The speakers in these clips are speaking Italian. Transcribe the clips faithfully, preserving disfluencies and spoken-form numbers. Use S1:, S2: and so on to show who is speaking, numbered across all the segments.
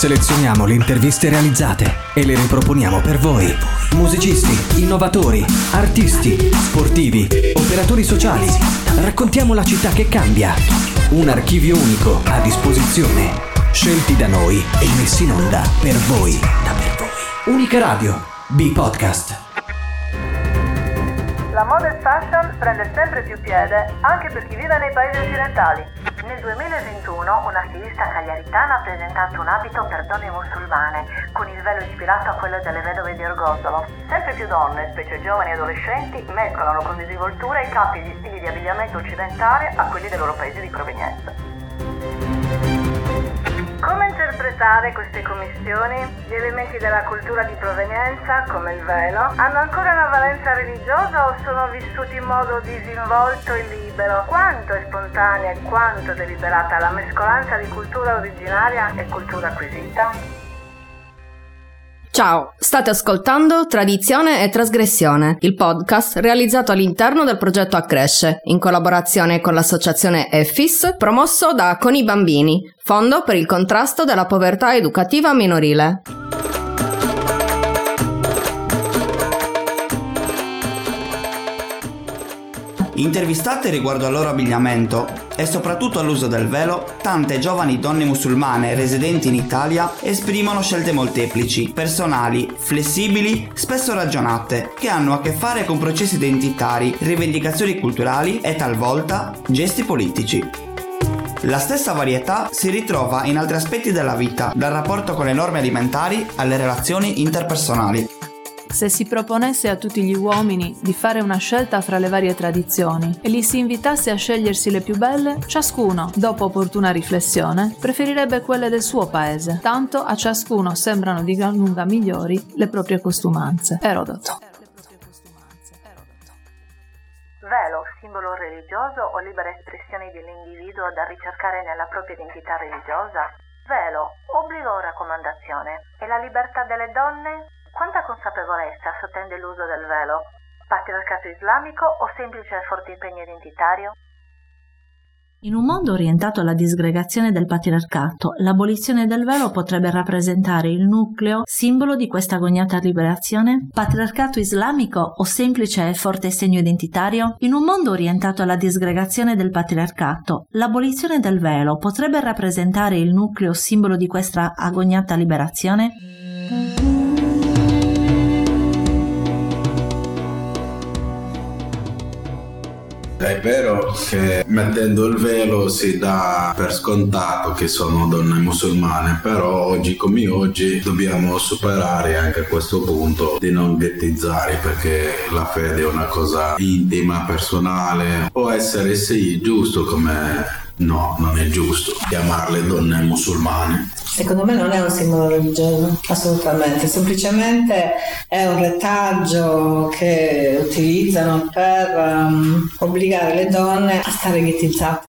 S1: Selezioniamo le interviste realizzate e le riproponiamo per voi. Musicisti, innovatori, artisti, sportivi, operatori sociali. Raccontiamo la città che cambia. Un archivio unico a disposizione. Scelti da noi e messi in onda per voi. Da per voi. Unica Radio. B-Podcast.
S2: La moda e fashion prende sempre più piede anche per chi vive nei paesi occidentali. Nel duemilaventuno un'attivista cagliaritana ha presentato un abito per donne musulmane con il velo ispirato a quello delle vedove di Orgosolo. Sempre più donne, specie giovani e adolescenti, mescolano con disinvoltura i capi e gli stili di abbigliamento occidentale a quelli dei loro paesi di provenienza. Come interpretare queste commissioni? Gli elementi della cultura di provenienza, come il velo, hanno ancora una valenza religiosa o sono vissuti in modo disinvolto e libero? Quanto è spontanea e quanto deliberata la mescolanza di cultura originaria e cultura acquisita?
S3: Ciao, state ascoltando Tradizione e Trasgressione, il podcast realizzato all'interno del progetto Accresce, in collaborazione con l'associazione E F I S, promosso da Con i Bambini, Fondo per il contrasto della povertà educativa minorile.
S4: Intervistate riguardo al loro abbigliamento e soprattutto all'uso del velo, tante giovani donne musulmane residenti in Italia esprimono scelte molteplici, personali, flessibili, spesso ragionate, che hanno a che fare con processi identitari, rivendicazioni culturali e talvolta gesti politici. La stessa varietà si ritrova in altri aspetti della vita, dal rapporto con le norme alimentari alle relazioni interpersonali.
S5: Se si proponesse a tutti gli uomini di fare una scelta fra le varie tradizioni e li si invitasse a scegliersi le più belle, ciascuno, dopo opportuna riflessione, preferirebbe quelle del suo paese, tanto a ciascuno sembrano di gran lunga migliori le proprie costumanze. Erodoto.
S2: Velo, simbolo religioso o libera espressione dell'individuo da ricercare nella propria identità religiosa? Velo, obbligo o raccomandazione? E la libertà delle donne? Quanta consapevolezza sottende l'uso del velo? Patriarcato islamico o semplice e forte impegno identitario?
S6: In un mondo orientato alla disgregazione del patriarcato, l'abolizione del velo potrebbe rappresentare il nucleo, simbolo di questa agognata liberazione? Patriarcato islamico o semplice e forte segno identitario? In un mondo orientato alla disgregazione del patriarcato, l'abolizione del velo potrebbe rappresentare il nucleo, simbolo di questa agognata liberazione?
S7: È vero che mettendo il velo si dà per scontato che sono donne musulmane, però oggi come oggi dobbiamo superare anche questo punto di non ghettizzare, perché la fede è una cosa intima, personale, può essere sì giusto come no, non è giusto chiamarle donne musulmane.
S8: Secondo me non è un simbolo religioso, assolutamente, semplicemente è un retaggio che utilizzano per um, obbligare le donne a stare ghettizzate.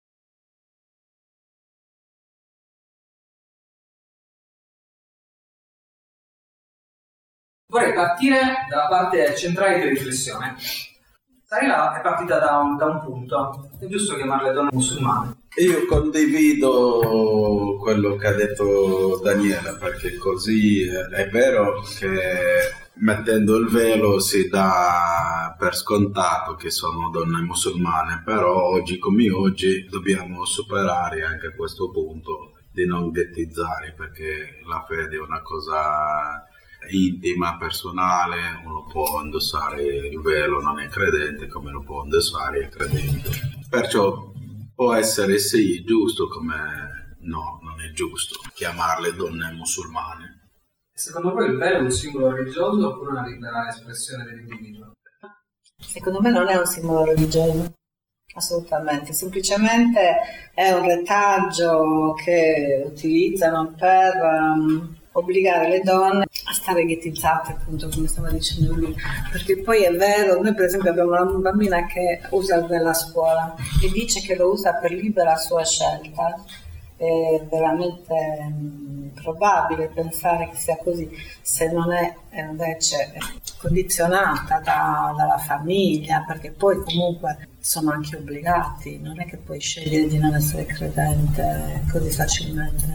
S9: Vorrei partire dalla parte centrale di riflessione. Sarila è partita da un, da un punto, è giusto chiamarle donne musulmane.
S7: Io condivido quello che ha detto Daniela, perché così è vero che mettendo il velo si dà per scontato che sono donne musulmane, però oggi come oggi dobbiamo superare anche questo punto di non ghettizzare, perché la fede è una cosa intima, personale, uno può indossare il velo, non è credente, come lo può indossare è credente. Perciò può essere sì giusto come no, non è giusto chiamarle donne musulmane.
S9: Secondo voi il velo è un simbolo religioso oppure una libera espressione dell'individuo?
S8: Secondo me non è un simbolo religioso, assolutamente, semplicemente è un retaggio che utilizzano per um, obbligare le donne a stare ghettizzate, appunto, come stava dicendo lui, perché poi è vero, noi per esempio abbiamo una bambina che usa il velo a scuola e dice che lo usa per libera sua scelta. È veramente mh, probabile pensare che sia così, se non è invece condizionata da, dalla famiglia, perché poi comunque sono anche obbligati, non è che puoi scegliere di non essere credente così facilmente.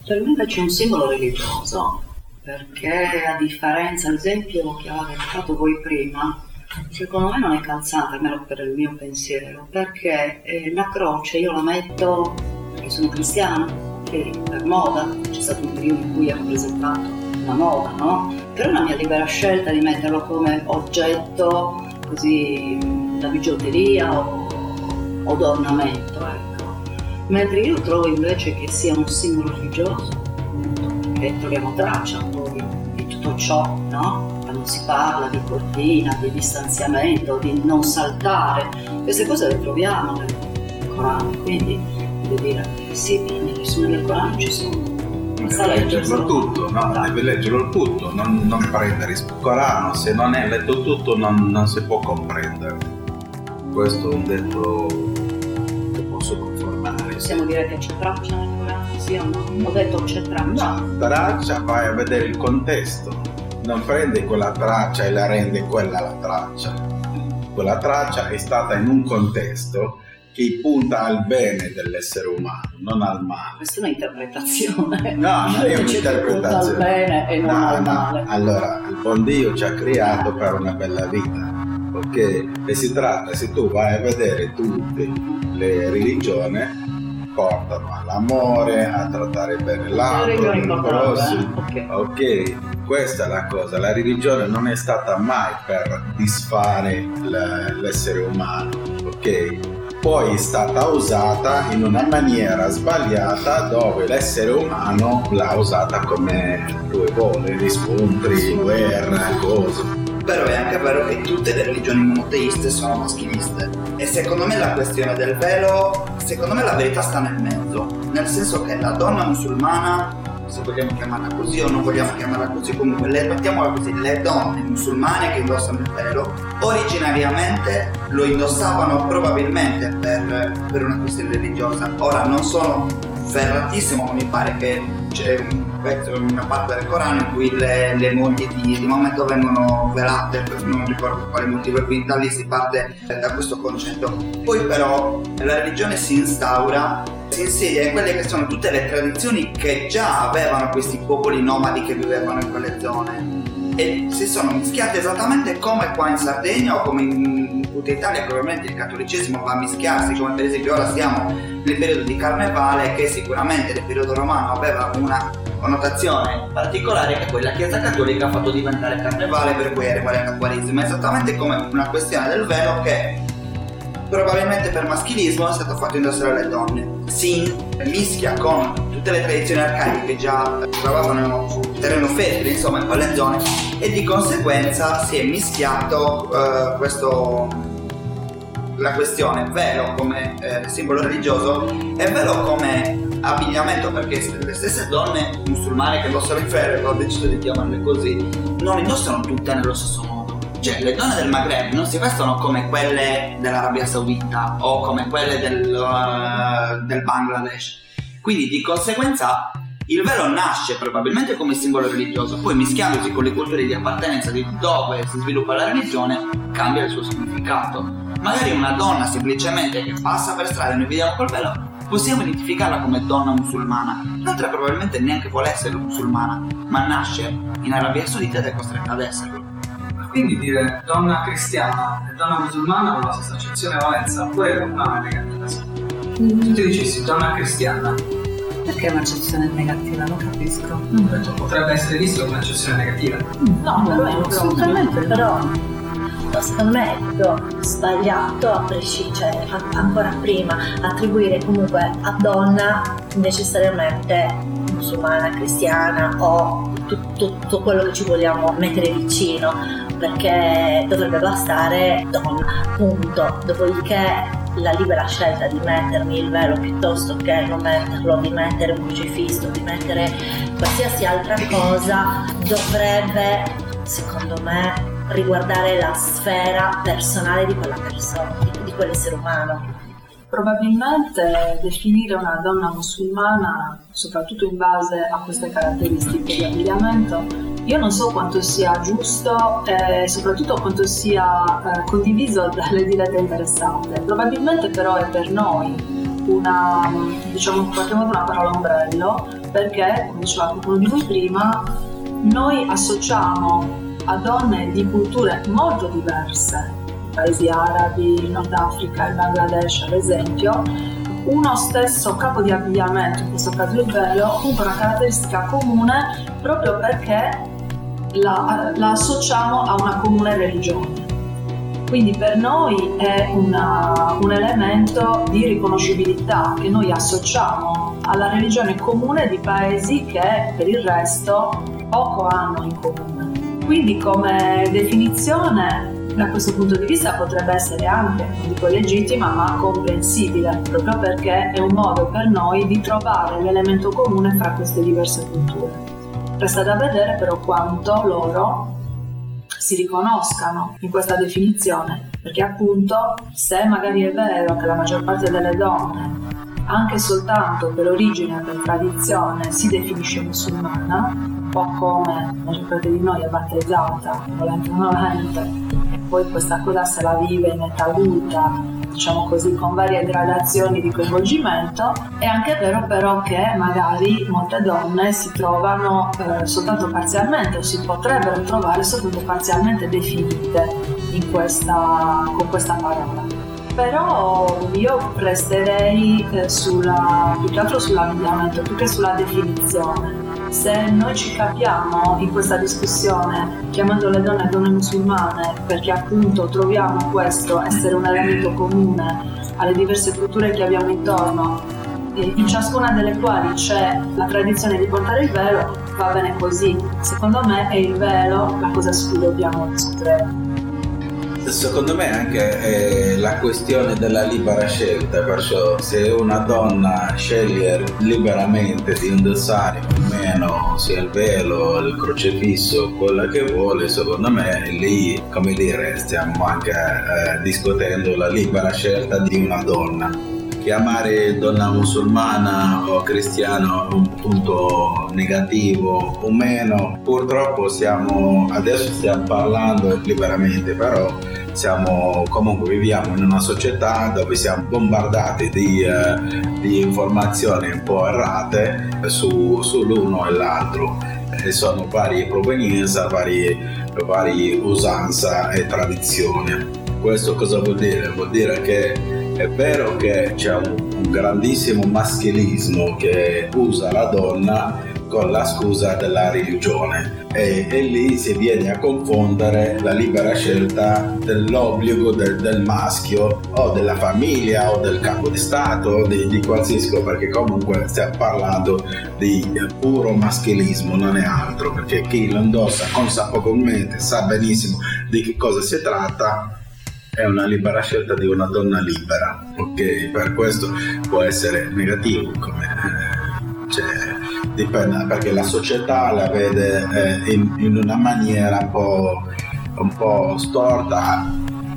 S8: Per me invece è un simbolo religioso, perché a differenza, ad esempio, che avete fatto voi prima, secondo me non è calzante, almeno per il mio pensiero, perché eh, la croce io la metto perché sono cristiana, che per moda, c'è stato un periodo in cui ha rappresentato una moda, no? Per una mia libera scelta di metterlo come oggetto così da bigiotteria o, o d'ornamento, ecco. Mentre io trovo invece che sia un simbolo religioso, che troviamo traccia poi di tutto ciò, no? Quando si parla di cortina, di distanziamento, di non saltare, queste cose le troviamo nel Corano, quindi devo dire sì, nelle persone del Corano ci sono.
S7: Deve leggerlo tutto, no? Deve leggerlo tutto, non, non prendere il Corano, se non è letto tutto non, non si può comprendere. Questo è un detto che posso confermare.
S8: Possiamo dire che c'è traccia nel Corano, sì o no? Ho detto c'è traccia.
S7: No, traccia, vai a vedere il contesto, non prendi quella traccia e la rende quella la traccia. Quella traccia è stata in un contesto che punta al bene dell'essere umano, non al male.
S8: Questa è un'interpretazione.
S7: No, non è un'interpretazione.
S8: Punta al bene e non
S7: no,
S8: al
S7: no.
S8: male.
S7: Allora, il buon Dio ci ha creato per una bella vita, ok? E si tratta, se tu vai a vedere tutte le religioni, portano all'amore, a trattare bene l'altro, il prossimo.
S8: Okay.
S7: Ok, questa è la cosa. La religione non è stata mai per disfare l'essere umano, ok? Poi è stata usata in una maniera sbagliata dove l'essere umano l'ha usata come lui vuole, riscontri, guerra, cose.
S4: Però è anche vero che tutte le religioni monoteiste sono maschiliste e secondo me la questione del velo, secondo me la verità sta nel mezzo, nel senso che la donna musulmana, se vogliamo chiamarla così o non vogliamo chiamarla così, comunque le, mettiamola così, le donne musulmane che indossano il velo originariamente lo indossavano probabilmente per, per una questione religiosa. Ora non sono ferratissimo, ma mi pare che c'è un pezzo, una parte del Corano in cui le, le mogli di, di Maometto vengono velate, non ricordo per quale motivo, e quindi da lì si parte da questo concetto. Poi però la religione si instaura, si insidia in quelle che sono tutte le tradizioni che già avevano questi popoli nomadi che vivevano in quelle zone e si sono mischiate esattamente come qua in Sardegna o come in tutta Italia. Probabilmente il cattolicesimo va a mischiarsi, come per esempio ora siamo nel periodo di Carnevale, che sicuramente nel periodo romano aveva una connotazione particolare che poi la Chiesa Cattolica ha fatto diventare Carnevale, per cui arrivare al Quaresima, esattamente come una questione del velo che probabilmente per maschilismo è stato fatto indossare alle donne. Si mischia con tutte le tradizioni arcaiche che già trovavano sul terreno fertile, insomma, in quelle zone, e di conseguenza si è mischiato uh, questo la questione velo come eh, simbolo religioso e velo come abbigliamento, perché le stesse donne musulmane che indossano il velo, ho deciso di chiamarle così, non indossano tutte nello stesso modo. Cioè, le donne del Maghreb non si vestono come quelle dell'Arabia Saudita o come quelle del, uh, del Bangladesh. Quindi di conseguenza il velo nasce probabilmente come simbolo religioso, poi mischiandosi con le culture di appartenenza di dove si sviluppa la religione cambia il suo significato. Magari una donna semplicemente che passa per strada e noi vediamo col velo possiamo identificarla come donna musulmana, l'altra probabilmente neanche vuole essere musulmana, ma nasce in Arabia Saudita ed è costretta ad esserlo.
S9: Quindi dire donna cristiana e donna musulmana con la stessa accezione e valenza, oppure no, è negativa. Mm. Se tu dicessi donna cristiana,
S8: perché è un'accezione negativa? Non capisco.
S9: Mm. Potrebbe essere visto come un'accezione negativa.
S6: No, no, no, assolutamente, però secondo me è proprio sbagliato a prescindere, cioè, ancora prima attribuire comunque a donna necessariamente musulmana, cristiana o tutto, tutto quello che ci vogliamo mettere vicino, perché dovrebbe bastare donna, punto. Dopodiché la libera scelta di mettermi il velo piuttosto che non metterlo, di mettere un crocifisso, di mettere qualsiasi altra cosa, dovrebbe, secondo me, riguardare la sfera personale di quella persona, di, di quell'essere umano.
S5: Probabilmente definire una donna musulmana, soprattutto in base a queste caratteristiche di abbigliamento, io non so quanto sia giusto e soprattutto quanto sia eh, condiviso dalle dirette interessate. Probabilmente però è per noi una, diciamo in qualche modo una parola ombrello, perché, come diceva qualcuno di voi prima, noi associamo a donne di culture molto diverse, paesi arabi, il Nord Africa, il Bangladesh ad esempio, uno stesso capo di abbigliamento, in questo caso il velo, comunque una caratteristica comune proprio perché la, la associamo a una comune religione. Quindi per noi è una, un elemento di riconoscibilità che noi associamo alla religione comune di paesi che per il resto poco hanno in comune. Quindi come definizione da questo punto di vista potrebbe essere anche, non dico legittima, ma comprensibile, proprio perché è un modo per noi di trovare l'elemento comune fra queste diverse culture. Resta da vedere però quanto loro si riconoscano in questa definizione, perché appunto se magari è vero che la maggior parte delle donne, anche soltanto per origine e per tradizione, si definisce musulmana, un po' come la maggior parte di noi è battezzata, volente o nolente, e poi questa cosa se la vive in età adulta, diciamo così, con varie gradazioni di coinvolgimento. È anche vero però che magari molte donne si trovano eh, soltanto parzialmente, o si potrebbero trovare soltanto parzialmente definite in questa, con questa parola. Però io resterei eh, sulla, più che altro sull'abbigliamento, più che sulla definizione. Se noi ci capiamo in questa discussione chiamando le donne donne musulmane perché appunto troviamo questo essere un elemento comune alle diverse culture che abbiamo intorno, in ciascuna delle quali c'è la tradizione di portare il velo, va bene così. Secondo me è il velo la cosa su cui dobbiamo discutere.
S7: Secondo me anche è la questione della libera scelta, perciò se una donna sceglie liberamente di indossare o meno sia il velo, il crocefisso, quello che vuole, secondo me lì, come dire, stiamo anche eh, discutendo la libera scelta di una donna. Chiamare donna musulmana o cristiano un punto negativo o meno, purtroppo siamo, adesso stiamo parlando liberamente, però siamo, comunque viviamo in una società dove siamo bombardati di, eh, di informazioni un po' errate su, sull'uno e l'altro, e sono varie provenienze, varie, varie usanze e tradizioni. Questo cosa vuol dire? Vuol dire che è vero che c'è un, un grandissimo maschilismo che usa la donna con la scusa della religione e, e lì si viene a confondere la libera scelta dell'obbligo del, del maschio o della famiglia o del capo di stato, di, di qualsiasi cosa, perché comunque stiamo parlando di puro maschilismo, non è altro, perché chi lo indossa consapevolmente sa benissimo di che cosa si tratta. È una libera scelta di una donna libera, ok? Per questo può essere negativo, come eh, cioè, dipende, perché la società la vede eh, in, in una maniera un po', un po' storta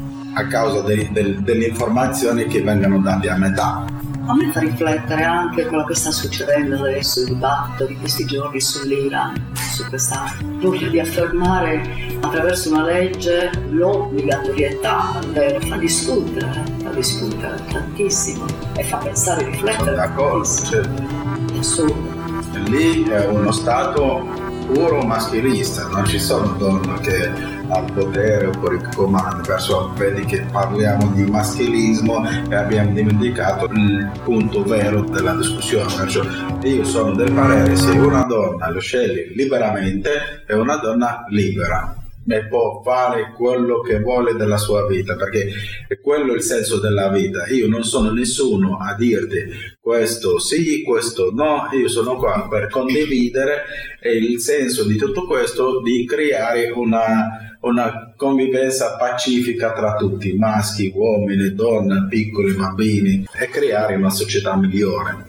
S7: a causa de, de, delle informazioni che vengono date a metà.
S8: A me fa riflettere anche quello che sta succedendo adesso, il dibattito di questi giorni sull'Iran, su questa voglia di affermare attraverso una legge l'obbligatorietà del velo. Fa discutere, fa discutere tantissimo e fa pensare, riflettere.
S7: Sono d'accordo, certo.
S8: È assurdo.
S7: Lì è uno stato puro maschilista, non ci sono donne che al potere oppure che comandano, perciò vedi che parliamo di maschilismo e abbiamo dimenticato il punto vero della discussione. Perciò io sono del parere, se una donna lo sceglie liberamente è una donna libera e può fare quello che vuole della sua vita, perché è quello il senso della vita. Io non sono nessuno a dirti questo sì, questo no, io sono qua per condividere, e il senso di tutto questo di creare una, una convivenza pacifica tra tutti, maschi, uomini, donne, piccoli, bambini, e creare una società migliore.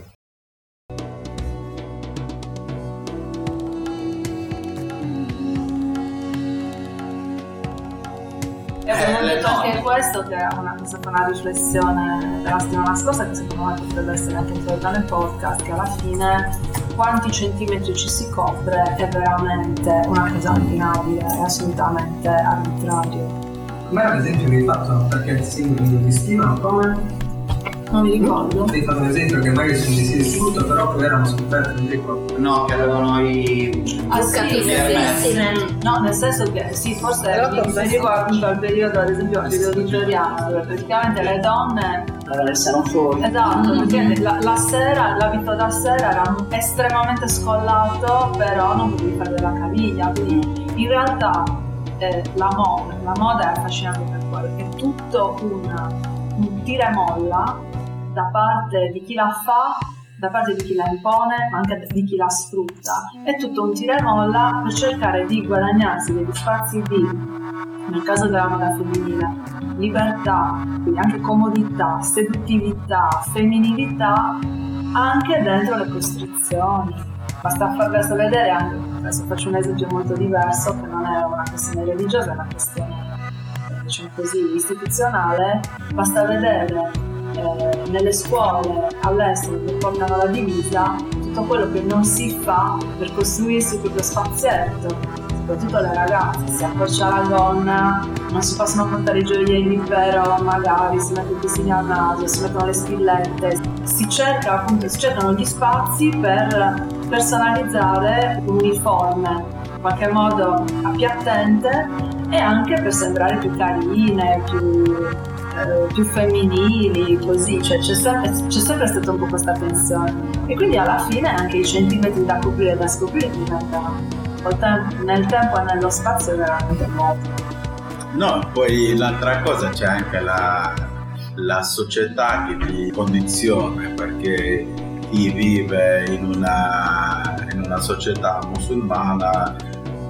S5: Abbiamo detto anche questo, che è una, è stata una riflessione della settimana scorsa, che secondo me potrebbe essere anche introdotta nel podcast, che alla fine quanti centimetri ci si copre è veramente una cosa opinabile, è assolutamente arbitrario.
S9: Ma ad esempio che hai fatto perché si vestivano come?
S5: Non mi ricordo.
S9: Devi fare un esempio che magari sono vestiti di tutto, però poi erano scoperte, non mi ricordo.
S4: No, che avevano i...
S5: Ah, sì,
S3: Capito,
S5: sì,
S3: sì,
S5: sì, sì. No, nel senso che sì, forse mi riferivo appunto al periodo, ad esempio al periodo vittoriano, dove praticamente le donne
S8: Allora essere fuori.
S5: esatto, perché la, la sera, l'abito da sera era estremamente scollato, però non potevi fare della caviglia, quindi in realtà eh, la moda, la moda è affascinante per quello, che è tutto un, un tira e molla da parte di chi la fa, da parte di chi la impone, ma anche di chi la sfrutta. È tutto un tira e molla per cercare di guadagnarsi degli spazi di, nel caso della moda femminile, libertà, quindi anche comodità, seduttività, femminilità, anche dentro le costrizioni. Basta, far, basta vedere anche, adesso faccio un esempio molto diverso, che non è una questione religiosa, è una questione, diciamo così, istituzionale. Basta vedere Eh, nelle scuole all'estero che portano la divisa tutto quello che non si fa per costruirsi il proprio spazietto, soprattutto le ragazze. Si accorcia la gonna, non si possono portare i gioielli, però magari si mette il disegno al naso, si mettono le spillette, si cerca appunto, si cercano gli spazi per personalizzare un uniforme in qualche modo appiattente e anche per sembrare più carine, più più femminili, così, cioè c'è sempre, c'è sempre stata un po' questa tensione e quindi alla fine anche i centimetri da coprire e da scoprire diventano nel tempo e nello spazio veramente molto.
S7: No, poi l'altra cosa c'è anche la, la società che ti condiziona, perché chi vive in una, in una società musulmana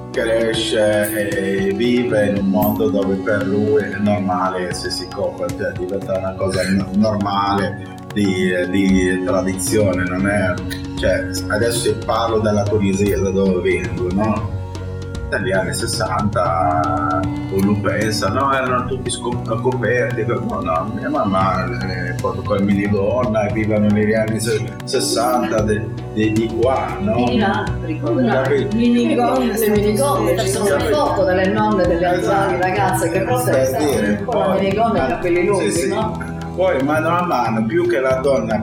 S7: cresce e vive in un mondo dove per lui è normale se si copre, cioè diventa una cosa normale di, di tradizione, non è, cioè adesso parlo della Tunisia, da dove vengo, no? Dagli anni sessanta uno pensa, no, erano tutti scop- coperti, no, no, mia mamma è fatto col minigonna e vivono negli anni sessanta di, di, di qua, no?
S8: Minigonne, minigonne,
S3: le minigonne, sono le foto delle nonne delle attuali ragazze che possono un po' la minigonne e i capelli lunghi,
S7: sì, sì.
S3: no?
S7: Poi mano a mano, più che la donna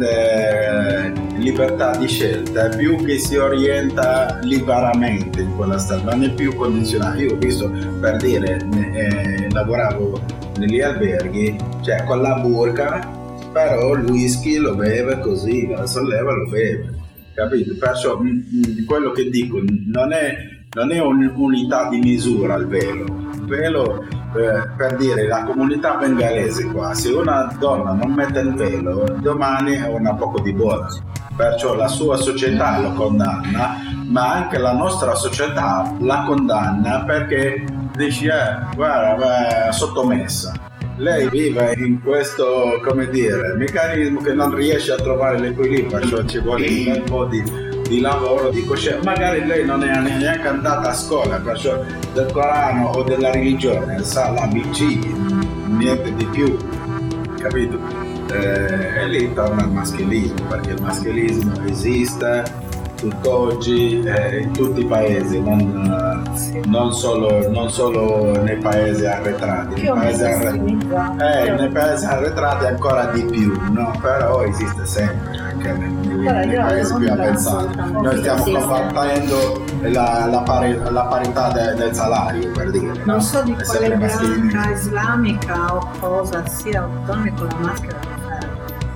S7: prende libertà di scelta, più che si orienta liberamente in quella strada, non è più condizionata. Io ho visto, per dire, eh, lavoravo negli alberghi, cioè con la burka, però il whisky lo beve così, la solleva lo beve, capito? Perciò mh, quello che dico non è, non è un'unità di misura il velo. Il velo, eh, per dire, la comunità bengalese qua, se una donna non mette il velo, domani è una poco di buona. Perciò la sua società lo condanna, ma anche la nostra società la condanna perché dice, eh, guarda, è sottomessa. Lei vive in questo, come dire, meccanismo che non riesce a trovare l'equilibrio, perciò ci vuole un bel po' di, di lavoro, di coscienza. Magari lei non è neanche andata a scuola, perciò del Corano o della religione, sa l'A B C, niente di più, capito? Eh, e lì torna il maschilismo, perché il maschilismo esiste tutt'oggi eh, in tutti i paesi, non, non, solo, non solo nei paesi arretrati, nei paesi, arre... eh, nei paesi arretrati ancora di più, no? Però esiste sempre anche nei, nei, nei paesi più avanzati. Noi stiamo combattendo la, la, pari, la parità de, del salario, per dire,
S8: non
S7: no?
S8: so di
S7: È
S8: quale
S7: sempre
S8: branca
S7: maschilismo.
S8: islamica o cosa sia, donne con la maschera di ferro.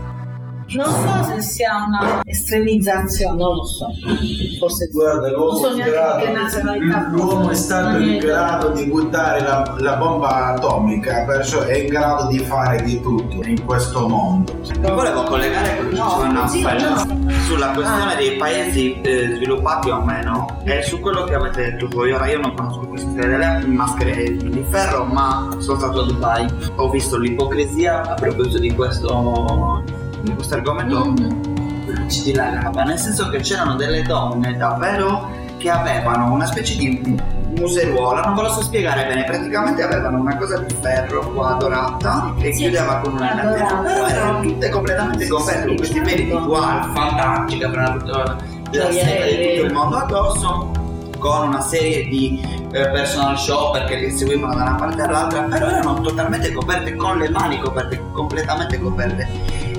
S8: Non so se sia una estremizzazione, non lo so. Forse
S7: Guarda, l'uomo,
S8: non so neanche
S7: grado,
S8: che nazionalità
S7: l'uomo è stato in
S8: niente.
S7: grado di buttare la, la bomba atomica, perciò è in grado di fare di tutto in questo mondo.
S4: Mi volevo collegare quello che diceva Naffel sulla questione dei paesi eh, sviluppati o meno e su quello che avete detto voi. Ora io non conosco queste delle maschere di ferro, ma sono stato a Dubai, ho visto l'ipocrisia a proposito di questo, di questo argomento mm. ci dilagava, nel senso che c'erano delle donne davvero che avevano una specie di museruola, non ve lo so spiegare bene, praticamente avevano una cosa di ferro qua dorata e sì, chiudeva con una catena, però erano tutte completamente coperte con questi peli di toile fantastici che avevano tutto la seta di tutto il mondo addosso, con una serie di eh, personal shopper che li seguivano da una parte all'altra, però erano totalmente coperte, con le mani coperte, completamente coperte.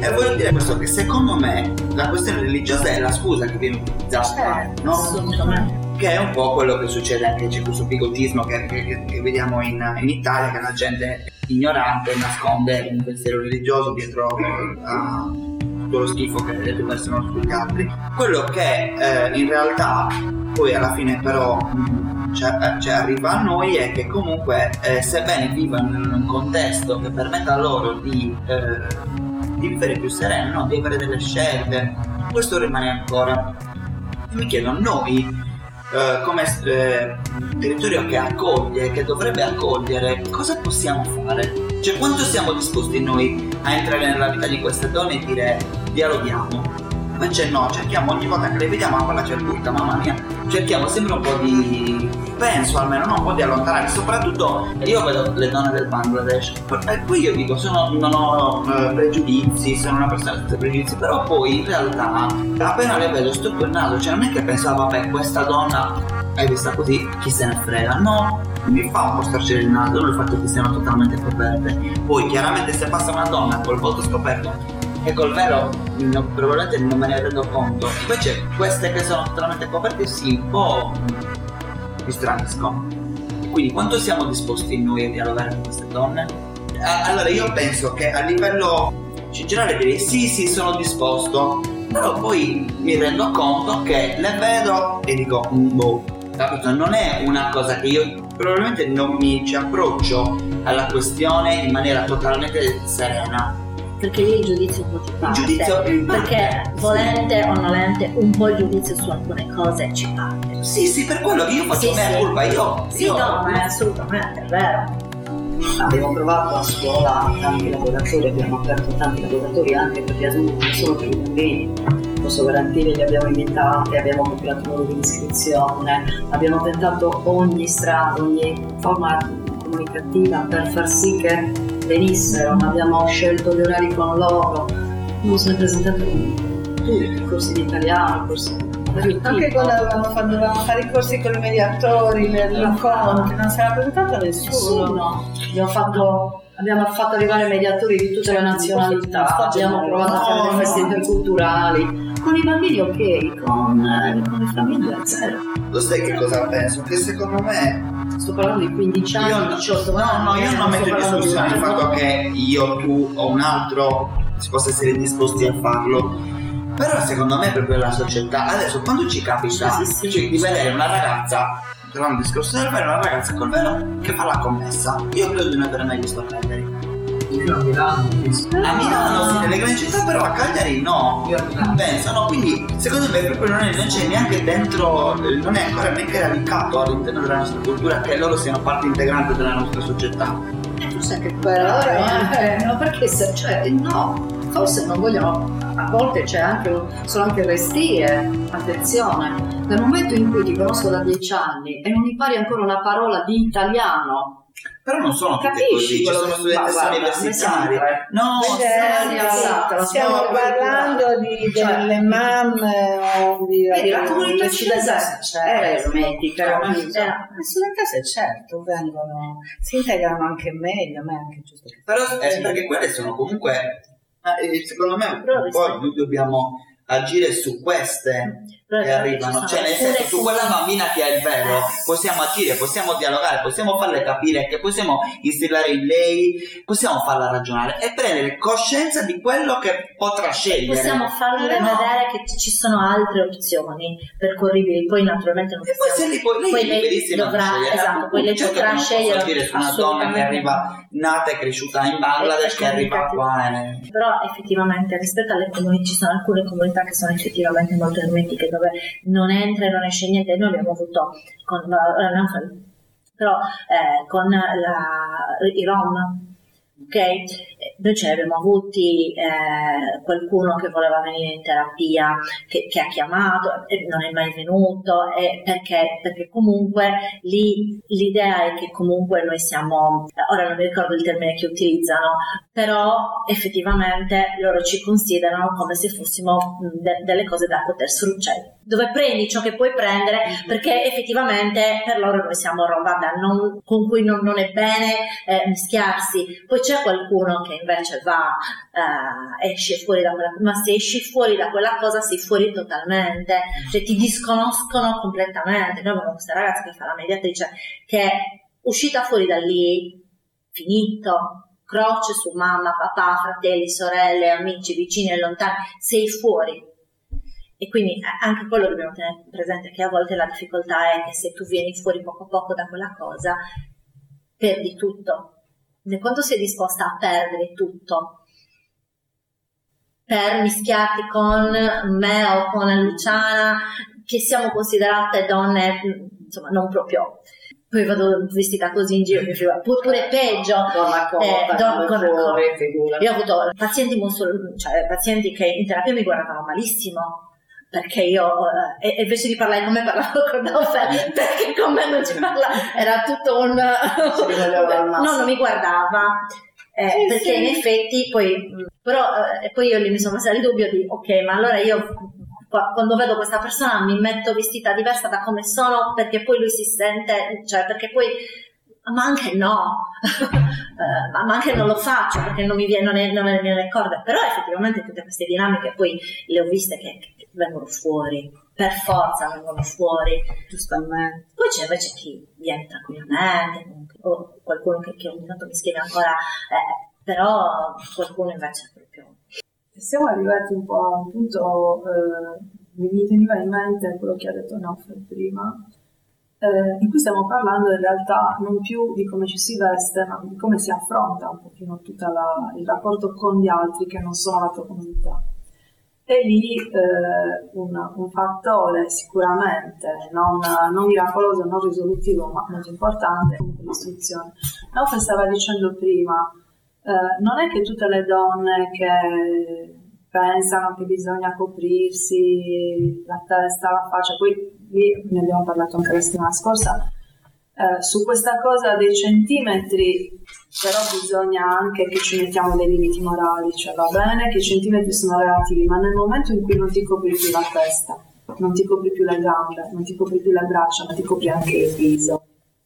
S4: E voglio dire questo, che secondo me la questione religiosa è la scusa che viene utilizzata,
S6: Eh,
S4: no?
S6: assolutamente.
S4: Che è un po' quello che succede anche, c'è questo bigotismo che, che, che vediamo in, in Italia, che la gente ignorante nasconde un pensiero religioso dietro a tutto lo schifo che le tue persone sugli altri. Quello che eh, in realtà poi alla fine però mh, cioè, cioè arriva a noi è che comunque eh, sebbene vivano in un contesto che permetta loro di, eh, di vivere più sereno, no? Di avere delle scelte, questo rimane ancora. Mi chiedo, noi Uh, come eh, territorio che accoglie, che dovrebbe accogliere, cosa possiamo fare? Cioè, quanto siamo disposti noi a entrare nella vita di queste donne e dire dialoghiamo? Invece no, cerchiamo ogni volta che le vediamo, ma quella c'è il brutta, mamma mia, cerchiamo sempre un po' di, penso almeno, no? Un po' di allontanare, soprattutto io vedo le donne del Bangladesh, e qui io dico, sono, non ho eh, pregiudizi, sono una persona senza pregiudizi, però poi in realtà appena le vedo stoppo il naso, cioè non è che pensavo, vabbè, questa donna è vista così, chi se ne frega, no, mi fa un po' storcere il naso il fatto che siano totalmente coperte. Poi chiaramente se passa una donna col volto scoperto e col velo no, probabilmente non me ne rendo conto, invece queste che sono totalmente coperte sì, un po' mi straniscono. Quindi quanto siamo disposti noi a dialogare con queste donne? Allora io penso che a livello generale direi sì sì sono disposto, però poi mi rendo conto che le vedo e dico boh, capito? Non è una cosa che io probabilmente non mi ci approccio alla questione in maniera totalmente serena.
S6: Perché lì il giudizio un po' ci parte,
S4: giudizio
S6: perché volente o nolente un po' il giudizio su alcune cose ci parte.
S4: Sì, sì, per quello che io faccio
S6: sì,
S4: mea
S6: sì.
S4: colpa, io...
S6: Sì,
S4: io...
S6: no, ma è assolutamente, è vero.
S8: Abbiamo provato a scuola tanti laboratori, abbiamo aperto tanti laboratori anche per gli adulti, non solo per i bambini. Posso garantire, li abbiamo invitati, abbiamo compilato un modo di iscrizione, abbiamo tentato ogni strada, ogni forma comunicativa per far sì che venissero, abbiamo scelto gli orari con loro, abbiamo sempre presentato tutti, corsi di italiano, corsi di anche quando avevamo fatto, dovevamo fare i corsi con i mediatori, gli incontri, non si era presentato nessuno.
S6: Abbiamo fatto, abbiamo fatto arrivare mediatori di tutte le nazionalità, abbiamo provato a fare delle feste interculturali. Con i bambini ok, con, eh, con le famiglie zero.
S4: Lo sai che cosa penso? Che secondo me...
S6: Sto parlando di quindici anni,
S4: io,
S6: diciotto anni.
S4: No, no, io non metto in discussione il fatto che io, tu o un altro si possa essere disposti a farlo. Però secondo me è proprio la società. Adesso quando ci capita
S6: sì, sì, sì.
S4: Cioè, di vedere una ragazza, tornando al discorso del velo, una ragazza col velo che fa la commessa, io credo di non aver mai visto a Cagliari.
S9: Io a Milano ho visto.
S4: A Milano sì, nelle grandi città, però a Cagliari no.
S9: Io a Milano.
S4: Penso, no, quindi secondo me proprio non, è, non c'è neanche dentro, non è ancora neanche radicato all'interno della nostra cultura che loro siano parte integrante della nostra società.
S6: Forse anche però, eh, no, perché se, cioè, no, forse non vogliono, a volte c'è anche, sono anche restie, attenzione, nel momento in cui ti conosco da dieci anni e non impari ancora una parola di italiano.
S4: Però non sono tutte
S6: Capisci
S4: così, ci sono studentesse universitarie. No,
S8: stiamo, stiamo parlando di
S6: cioè,
S8: delle mamme o di
S6: vedi, la comunità cinese
S8: è
S6: ermetica,
S8: le studentesse certo vengono, si integrano anche meglio, ma è anche giusto che
S4: però eh, perché quelle sono comunque eh, secondo me un po' noi dobbiamo agire su queste che arrivano, cioè nel senso su quella bambina che ha il velo possiamo agire, possiamo dialogare, possiamo farle capire che possiamo instillare in lei, possiamo farla ragionare e prendere coscienza di quello che potrà scegliere,
S6: possiamo farle
S4: no.
S6: vedere che ci sono altre opzioni percorribili, poi naturalmente non
S4: e poi se lei, poi, lei,
S6: poi lei
S4: dovrà
S6: scegliere, esatto, poi lei
S4: certo
S6: potrà scegliere
S4: dire su una donna che arriva nata e cresciuta in Bangladesh che arriva qua e...
S6: però effettivamente rispetto alle comunità ci sono alcune comunità che sono effettivamente molto ermetiche dove non entra e non esce niente. Noi abbiamo avuto con la, non so, però eh, con la, i Rom, ok? Noi ce ne abbiamo avuti eh, qualcuno che voleva venire in terapia che, che ha chiamato e non è mai venuto e perché, perché comunque lì l'idea è che comunque noi siamo, ora non mi ricordo il termine che utilizzano, però effettivamente loro ci considerano come se fossimo de- delle cose da poter sfruttare, dove prendi ciò che puoi prendere, perché effettivamente per loro noi siamo roba da non, con cui non, non è bene eh, mischiarsi. Poi c'è qualcuno che invece va, eh, esce fuori da quella, ma se esci fuori da quella cosa sei fuori totalmente, cioè ti disconoscono completamente. Noi abbiamo questa ragazza che fa la mediatrice, che è uscita fuori da lì, finito, croce su mamma, papà, fratelli, sorelle, amici, vicini e lontani, sei fuori. E quindi anche quello dobbiamo tenere presente, che a volte la difficoltà è che se tu vieni fuori poco a poco da quella cosa, perdi tutto. Da quanto sei disposta a perdere tutto per mischiarti con me o con Luciana, che siamo considerate donne, insomma, non proprio... Poi vado vestita così in giro, pure peggio.
S8: Donna cotta,
S6: eh, don,
S8: con fuori, figura.
S6: Io ho avuto pazienti musul- cioè pazienti che in terapia mi guardavano malissimo, perché io eh, invece di parlare con me parlavo con Nofel, perché con me non ci parlava, era tutto un no, non mi guardava, eh, sì, perché sì. In effetti poi però eh, poi io mi sono messa il dubbio di ok, ma allora io quando vedo questa persona mi metto vestita diversa da come sono, perché poi lui si sente, cioè perché poi ma anche no uh, ma anche non lo faccio perché non mi viene, non, è, non me ne viene le corde. Però effettivamente tutte queste dinamiche poi le ho viste che, che vengono fuori, per forza vengono fuori, giustamente. Poi c'è invece chi viene tranquillamente, o qualcuno che, che ogni tanto mi scrive ancora, eh, però qualcuno invece proprio.
S10: Siamo arrivati un po' a un punto, eh, mi veniva in mente quello che ha detto Nofel prima, eh, in cui stiamo parlando in realtà non più di come ci si veste, ma di come si affronta un pochino tutto il rapporto con gli altri che non sono la tua comunità. E lì eh, un, un fattore sicuramente non, non miracoloso, non risolutivo, ma molto importante è comunque l'istruzione. Nofel stava dicendo prima, Uh, non è che tutte le donne che pensano che bisogna coprirsi la testa, la faccia, poi lì ne abbiamo parlato anche la settimana scorsa, uh, su questa cosa dei centimetri, però bisogna anche che ci mettiamo dei limiti morali, cioè va bene che i centimetri sono relativi, ma nel momento in cui non ti copri più la testa, non ti copri più le gambe, non ti copri più le braccia, ma ti copri anche il viso,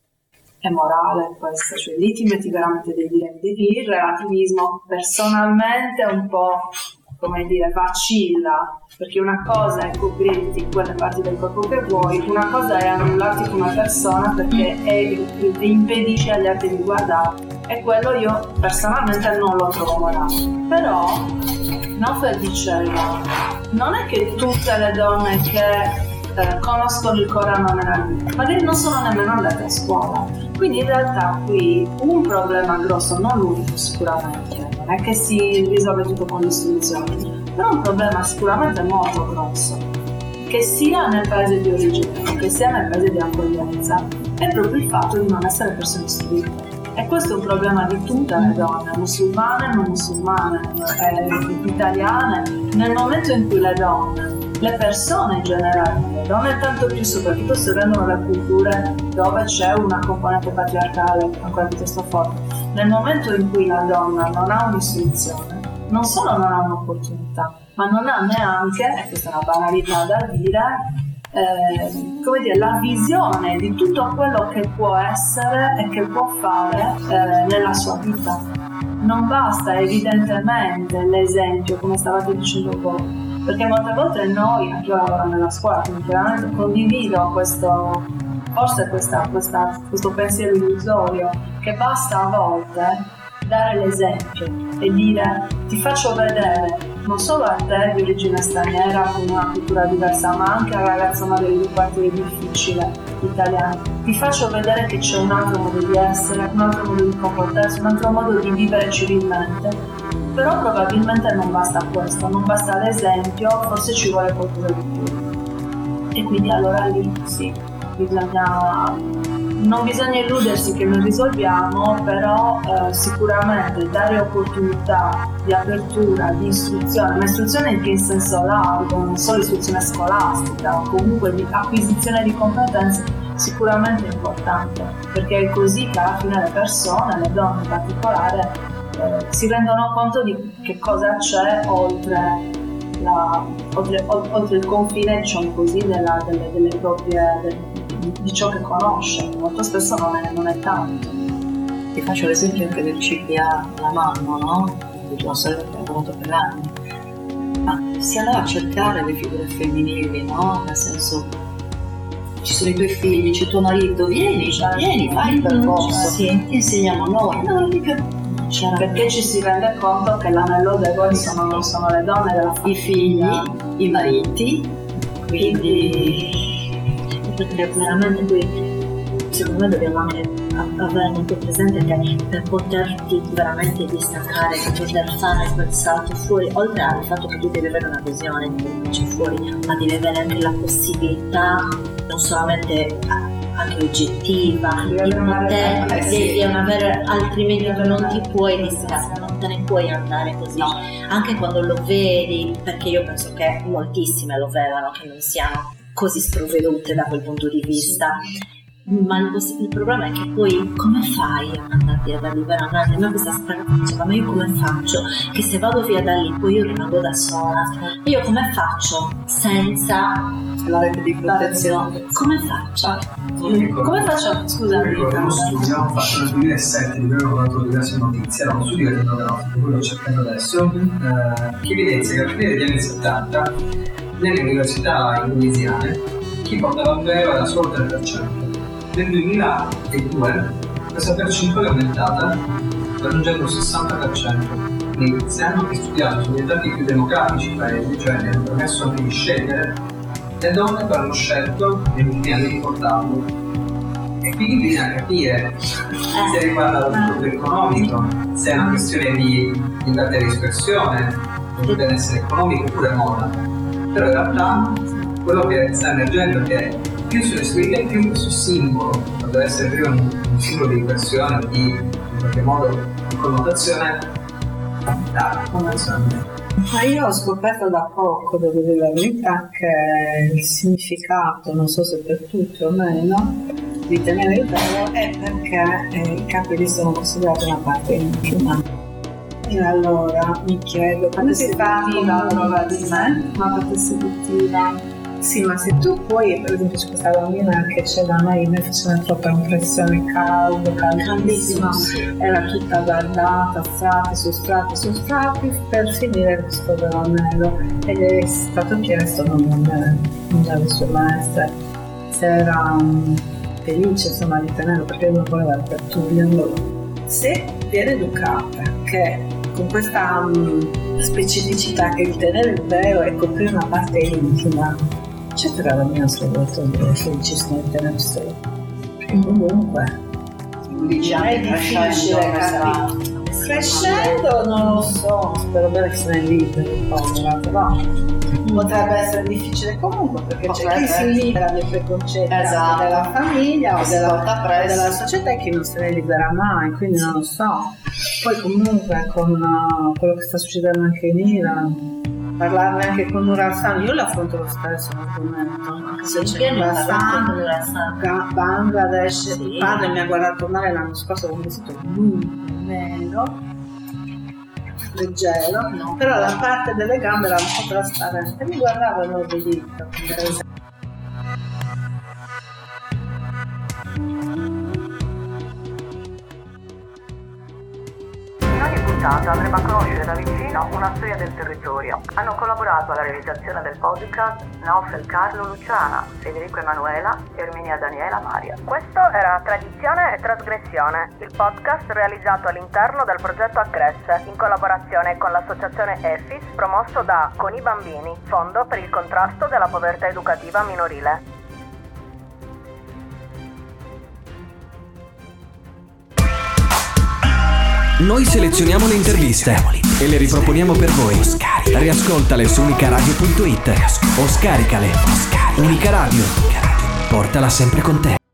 S10: è morale questo, cioè lì ti metti veramente dei limiti. Il relativismo personalmente è un po', come dire, vacilla, perché una cosa è coprirti quelle parti del corpo che vuoi, una cosa è annullarti come persona perché è, ti impedisce agli altri di guardare, e quello io personalmente non lo trovo morale. Però Nofel diceva, non è che tutte le donne che Eh, conoscono il Corano nella vita, magari non sono nemmeno andate a scuola, quindi in realtà qui un problema grosso, non l'unico sicuramente, non è che si risolve tutto con l'istruzione, però un problema sicuramente molto grosso, che sia nel paese di origine che sia nel paese di accoglienza, è proprio il fatto di non essere persone istruite. E questo è un problema di tutte le donne, musulmane, non musulmane, eh, italiane. Nel momento in cui le donne, le persone in generale, le donne tanto più, soprattutto se vengono da culture dove c'è una componente patriarcale ancora piuttosto forte, nel momento in cui la donna non ha un'istruzione, non solo non ha un'opportunità, ma non ha neanche, e questa è una banalità da dire, eh, come dire, la visione di tutto quello che può essere e che può fare eh, nella sua vita. Non basta evidentemente l'esempio, come stavate dicendo voi, perché molte volte noi, anche io lavoro nella scuola, quindi chiaramente condivido questo, forse questa, questa, questo pensiero illusorio, che basta a volte dare l'esempio e dire ti faccio vedere non solo a te di origine straniera con una cultura diversa, ma anche alla ragazza magari di quartiere difficile italiano, ti faccio vedere che c'è un altro modo di essere, un altro modo di comportarsi, un altro modo di vivere civilmente. Però probabilmente non basta questo, non basta l'esempio, forse ci vuole qualcosa di più. E quindi allora lì sì, bisogna, non bisogna illudersi che noi risolviamo, però eh, sicuramente dare opportunità di apertura, di istruzione, ma istruzione anche in senso largo, non solo istruzione scolastica, o comunque di acquisizione di competenze, sicuramente è importante, perché è così che alla fine le persone, le donne in particolare, Eh, si rendono conto di che cosa c'è oltre la, oltre, oltre il confine, diciamo così, della, delle, delle proprie, del, di ciò che conosce, molto spesso non è, non è tanto.
S8: Ti faccio l'esempio anche del C P A alla mamma, no? Di tua sorella che ha lavorato per anni. Ma si andava a cercare le figure femminili, no? Nel senso, ci sono i tuoi figli, c'è tuo marito, vieni, vieni, fai il percorso, sì. Ti insegniamo noi, no, mica.
S10: Perché ci si rende conto che l'anello debole sono, non sono le donne della famiglia.
S8: I figli, i mariti, quindi
S6: perché veramente qui secondo me dobbiamo anche avere molto presente che per poterti veramente distaccare, per poter fare quel salto fuori, oltre al fatto che tu devi avere una visione di quello che c'è fuori, ma devi avere anche la possibilità non solamente anche oggettiva, di poter, devi avere, altrimenti tu non ti puoi distrarre, non te ne puoi andare così, no. Anche quando lo vedi, perché io penso che moltissime lo vedano, che non siano così sprovvedute da quel punto di vista, ma il, il problema è che poi come fai a andare via da lì veramente? A me questa ragazza diceva, ma io come faccio? Che se vado via da lì poi io rimango da sola, io come faccio senza
S8: la rete di protezione?
S6: Come faccio?
S10: Come faccio? Scusami.
S9: Uno studio abbiamo fatto nel duemilasette, di cui ho trovato diverse notizie, era uno studio etnografico, quello che cercando adesso, eh, che evidenzia che a partire degli anni settanta nelle università indonesiane chi portava il velo era solo tre per cento. Nel duemiladue questa percentuale è aumentata raggiungendo il sessanta per cento. Quindi se hanno studiato sugli stati più democratici paesi, cioè ne hanno permesso anche di scegliere, le donne però hanno scelto negli ultimi anni di portarlo. E quindi bisogna capire se riguarda lo sviluppo economico, se è una questione di libertà di espressione, di benessere economico oppure moda. Però in realtà quello che sta emergendo è che più sono istruite, più questo simbolo, deve essere prima un, un simbolo di impressione, di in qualche modo di connotazione, da connotazione.
S8: Ma io ho scoperto da poco, devo dire la verità, che il significato, non so se per tutti o meno, di tenere il velo è perché eh, i capelli sono considerati una parte intima. E allora mi chiedo come si fa una prova di me?
S10: Una parte seduttiva.
S8: Sì, ma se tu poi, per esempio, c'è questa bambina che c'è da noi, mi faceva troppa impressione, caldo, caldissimo, era tutta guardata, strati su strati su strati, per finire questo veronello. E gli è stato chiesto non dalle sue maestre se era um, felice insomma di tenerlo, perché non voleva per toglierlo. Se viene educata che con questa um, specificità che il tenere il velo è coprire una parte intima, c'è per la mia soprattutto felicissima di tenerselo, perché comunque è difficile capire. Crescendo non lo so, spero bene che se ne liberi, povera, però potrebbe essere difficile comunque, perché c'è chi si libera dei preconcetti, esatto, della famiglia o della, della società e chi non se ne libera mai, quindi non lo so. Poi comunque con uh, quello che sta succedendo anche in Iran, parlarne anche con Nur Hassan, io l'affronto lo stesso argomento, anche se c'è Nur Hassan, Bangladesh, il padre mi ha guardato tornare l'anno scorso con un vestito lungo, nero, leggero, no, però la parte delle gambe era un po' trasparente e mi guardava e l'ho obbedito.
S2: Andremo a conoscere da vicino una storia del territorio. Hanno collaborato alla realizzazione del podcast Naufel Carlo Luciana, Federico Emanuela, Erminia Daniela Maria. Questo era Tradizione e Trasgressione, il podcast realizzato all'interno del progetto Accresce, in collaborazione con l'associazione E F I S, promosso da Con i Bambini, Fondo per il contrasto della povertà educativa minorile.
S1: Noi selezioniamo le interviste e le riproponiamo per voi. Riascoltale su unicaradio punto it o scaricale. Unica Radio, portala sempre con te.